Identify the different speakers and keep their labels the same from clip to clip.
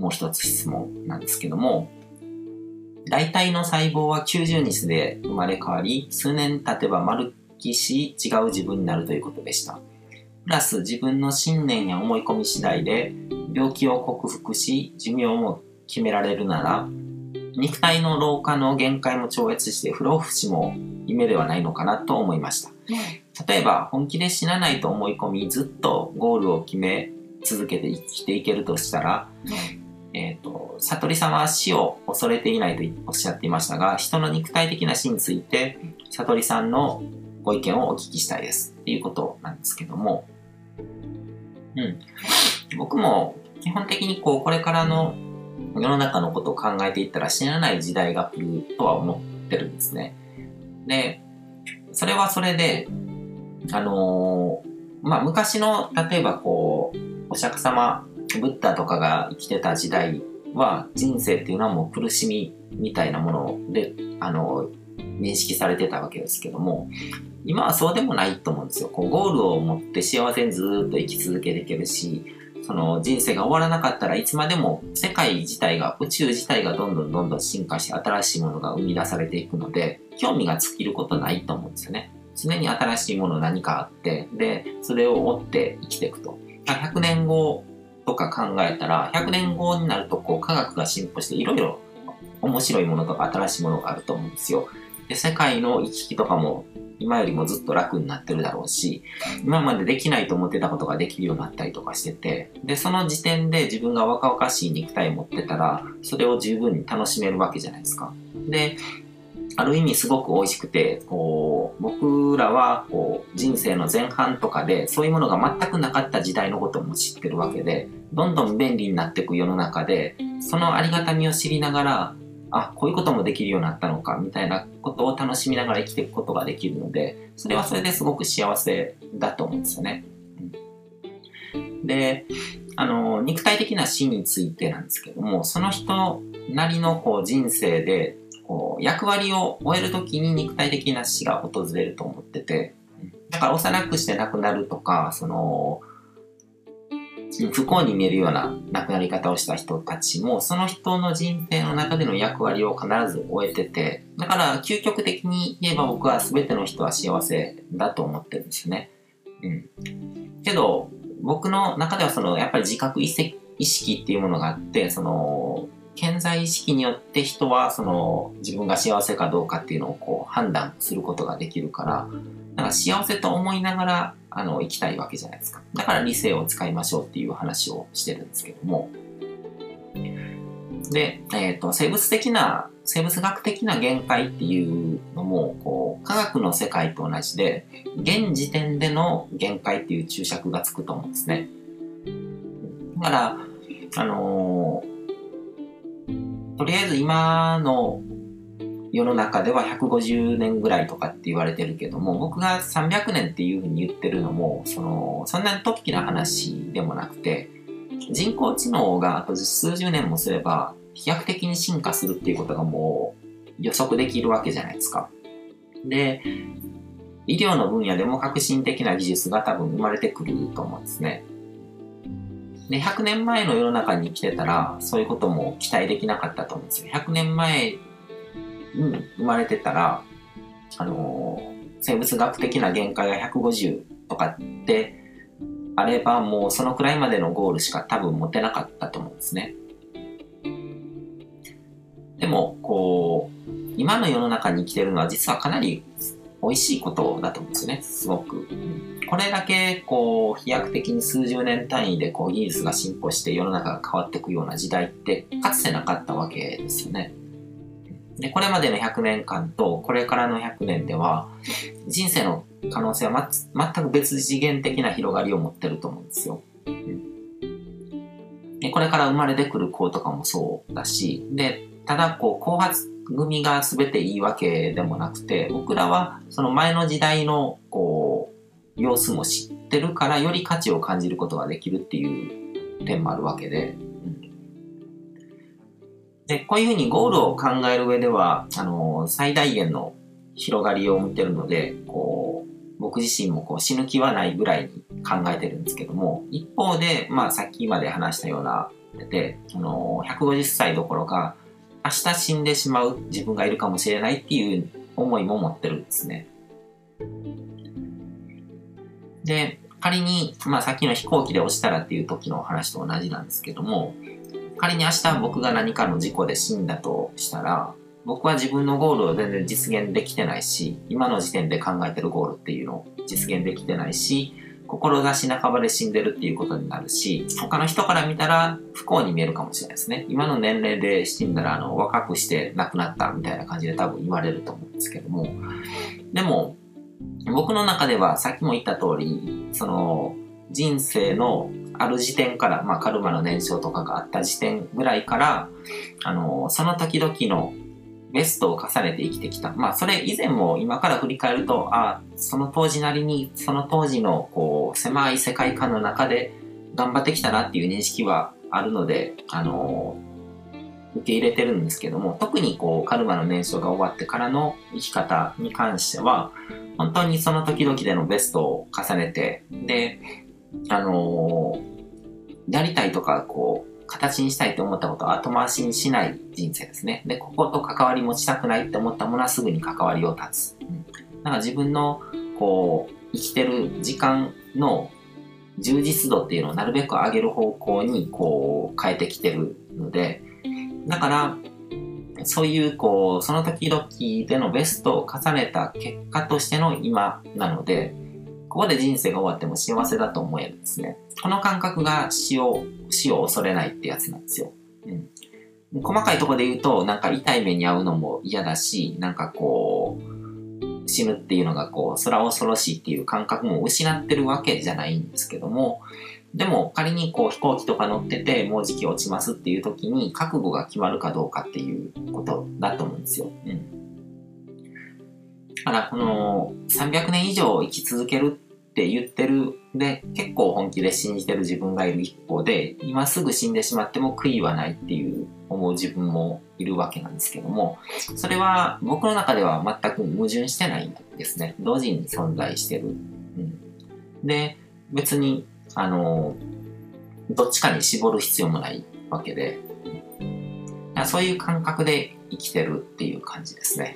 Speaker 1: もう一つ質問なんですけども、大体の細胞は90日で生まれ変わり、数年経てばまるっきし違う自分になるということでした。プラス自分の信念や思い込み次第で病気を克服し寿命も決められるなら、肉体の老化の限界も超越して不老不死も夢ではないのかなと思いました。例えば本気で死なないと思い込みずっとゴールを決め続けて生きていけるとしたら、悟りさんは死を恐れていないとおっしゃっていましたが、人の肉体的な死について悟りさんのご意見をお聞きしたいですっていうことなんですけども、僕も基本的にこれからの世の中のことを考えていったら死なない時代が来るとは思ってるんですね。で、それはそれで、昔の例えばお釈迦様、ブッダとかが生きてた時代は人生っていうのはもう苦しみみたいなもので認識されてたわけですけども、今はそうでもないと思うんですよ。ゴールを持って幸せにずっと生き続けていけるし、その人生が終わらなかったらいつまでも世界自体が、宇宙自体がどんどん進化して新しいものが生み出されていくので、興味が尽きることないと思うんですよね。常に新しいもの何かあって、で、それを追って生きていくと。100年後とか考えたら、100年後になると科学が進歩していろいろ面白いものとか新しいものがあると思うんですよ。で、世界の行き来とかも今よりもずっと楽になってるだろうし、今までできないと思ってたことができるようになったりとかしてて、で、その時点で自分が若々しい肉体を持ってたら、それを十分に楽しめるわけじゃないですか。で、ある意味すごく美味しくて、僕らは人生の前半とかでそういうものが全くなかった時代のことも知ってるわけで、どんどん便利になっていく世の中で、そのありがたみを知りながら、こういうこともできるようになったのかみたいなことを楽しみながら生きていくことができるので、それはそれですごく幸せだと思うんですよね。で、肉体的な死についてなんですけども、その人なりの人生で役割を終えるときに肉体的な死が訪れると思ってて、だから幼くして亡くなるとか、不幸に見えるような亡くなり方をした人たちも、その人の人生の中での役割を必ず終えてて、だから究極的に言えば僕は全ての人は幸せだと思ってるんですよね。けど僕の中ではやっぱり自覚意識っていうものがあって、健在意識によって人は自分が幸せかどうかっていうのを判断することができるから、だから幸せと思いながら生きたいわけじゃないですか。だから理性を使いましょうっていう話をしてるんですけども、で、生物学的な限界っていうのも科学の世界と同じで、現時点での限界っていう注釈がつくと思うんですね。だからとりあえず今の世の中では150年ぐらいとかって言われてるけども、僕が300年っていうふうに言ってるのもそんなにトピックな話でもなくて、人工知能があと数十年もすれば飛躍的に進化するっていうことがもう予測できるわけじゃないですか。で、医療の分野でも革新的な技術が多分生まれてくると思うんですね。で、100年前の世の中に生きてたらそういうことも期待できなかったと思うんですよ。100年前に生まれてたら生物学的な限界が150とかってあれば、もうそのくらいまでのゴールしか多分持てなかったと思うんですね。でも今の世の中に生きてるのは実はかなり美味しいことだと思うんですよね。すごくこれだけ飛躍的に数十年単位で技術が進歩して世の中が変わっていくような時代ってかつてなかったわけですよね。で、これまでの100年間とこれからの100年では人生の可能性は全く別次元的な広がりを持ってると思うんですよ。で、これから生まれてくる子とかもそうだし、で、ただ後発組が全ていいわけでもなくて、僕らはその前の時代の様子も知ってるからより価値を感じることができるっていう点もあるわけで、で、こういうふうにゴールを考える上では最大限の広がりを見てるので、僕自身も死ぬ気はないぐらいに考えてるんですけども、一方で、さっきまで話したようなってて、150歳どころか、明日死んでしまう自分がいるかもしれないっていう思いも持ってるんですね。で、仮に、さっきの飛行機で落ちたらっていう時の話と同じなんですけども、仮に明日僕が何かの事故で死んだとしたら、僕は自分のゴールを全然実現できてないし、今の時点で考えてるゴールっていうのを実現できてないし、志半ばで死んでるっていうことになるし、他の人から見たら不幸に見えるかもしれないですね。今の年齢で死んだら若くして亡くなったみたいな感じで多分言われると思うんですけども、でも僕の中ではさっきも言った通り、その人生のある時点から、カルマの燃焼とかがあった時点ぐらいから、その時々のベストを重ねて生きてきた。それ以前も今から振り返ると、その当時なりに、その当時の狭い世界観の中で頑張ってきたなっていう認識はあるので、受け入れてるんですけども、特にカルマの燃焼が終わってからの生き方に関しては、本当にその時々でのベストを重ねて、で、やりたいとか、形にしたいと思ったことを後回しにしない人生ですね。で、ここと関わり持ちたくないって思ったものはすぐに関わりを断つ。だから自分の、生きてる時間の充実度っていうのをなるべく上げる方向に、変えてきてるので、だから、そういう、その時々でのベストを重ねた結果としての今なので、ここで人生が終わっても幸せだと思えるんですね。この感覚が死を恐れないってやつなんですよ。細かいところで言うと、痛い目に遭うのも嫌だし、死ぬっていうのがそら恐ろしいっていう感覚も失ってるわけじゃないんですけども、でも仮に飛行機とか乗っててもうじき落ちますっていう時に覚悟が決まるかどうかっていうことだと思うんですよ。だからこの300年以上生き続けるって言ってるで結構本気で信じてる自分がいる一方で、今すぐ死んでしまっても悔いはないっていう思う自分もいるわけなんですけども、それは僕の中では全く矛盾してないんですね。同時に存在してる。で、別にどっちかに絞る必要もないわけで、そういう感覚で生きてるっていう感じですね。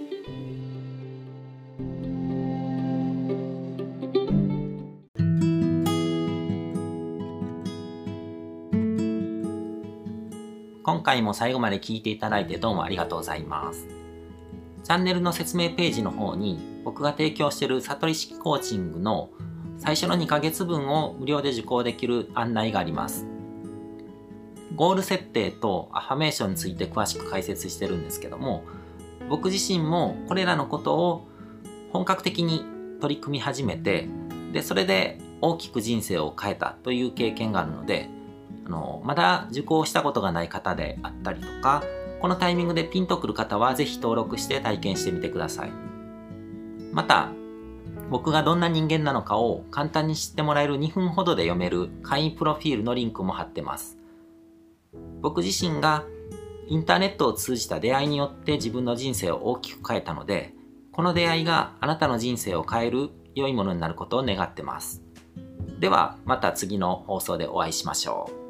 Speaker 1: 今回も最後まで聞いていただいてどうもありがとうございます。チャンネルの説明ページの方に僕が提供している悟り式コーチングの最初の2ヶ月分を無料で受講できる案内があります。ゴール設定とアファメーションについて詳しく解説してるんですけども、僕自身もこれらのことを本格的に取り組み始めて、でそれで大きく人生を変えたという経験があるので、まだ受講したことがない方であったりとか、このタイミングでピンとくる方はぜひ登録して体験してみてください。また、僕がどんな人間なのかを簡単に知ってもらえる2分ほどで読める会員プロフィールのリンクも貼ってます。僕自身がインターネットを通じた出会いによって自分の人生を大きく変えたので、この出会いがあなたの人生を変える良いものになることを願ってます。ではまた次の放送でお会いしましょう。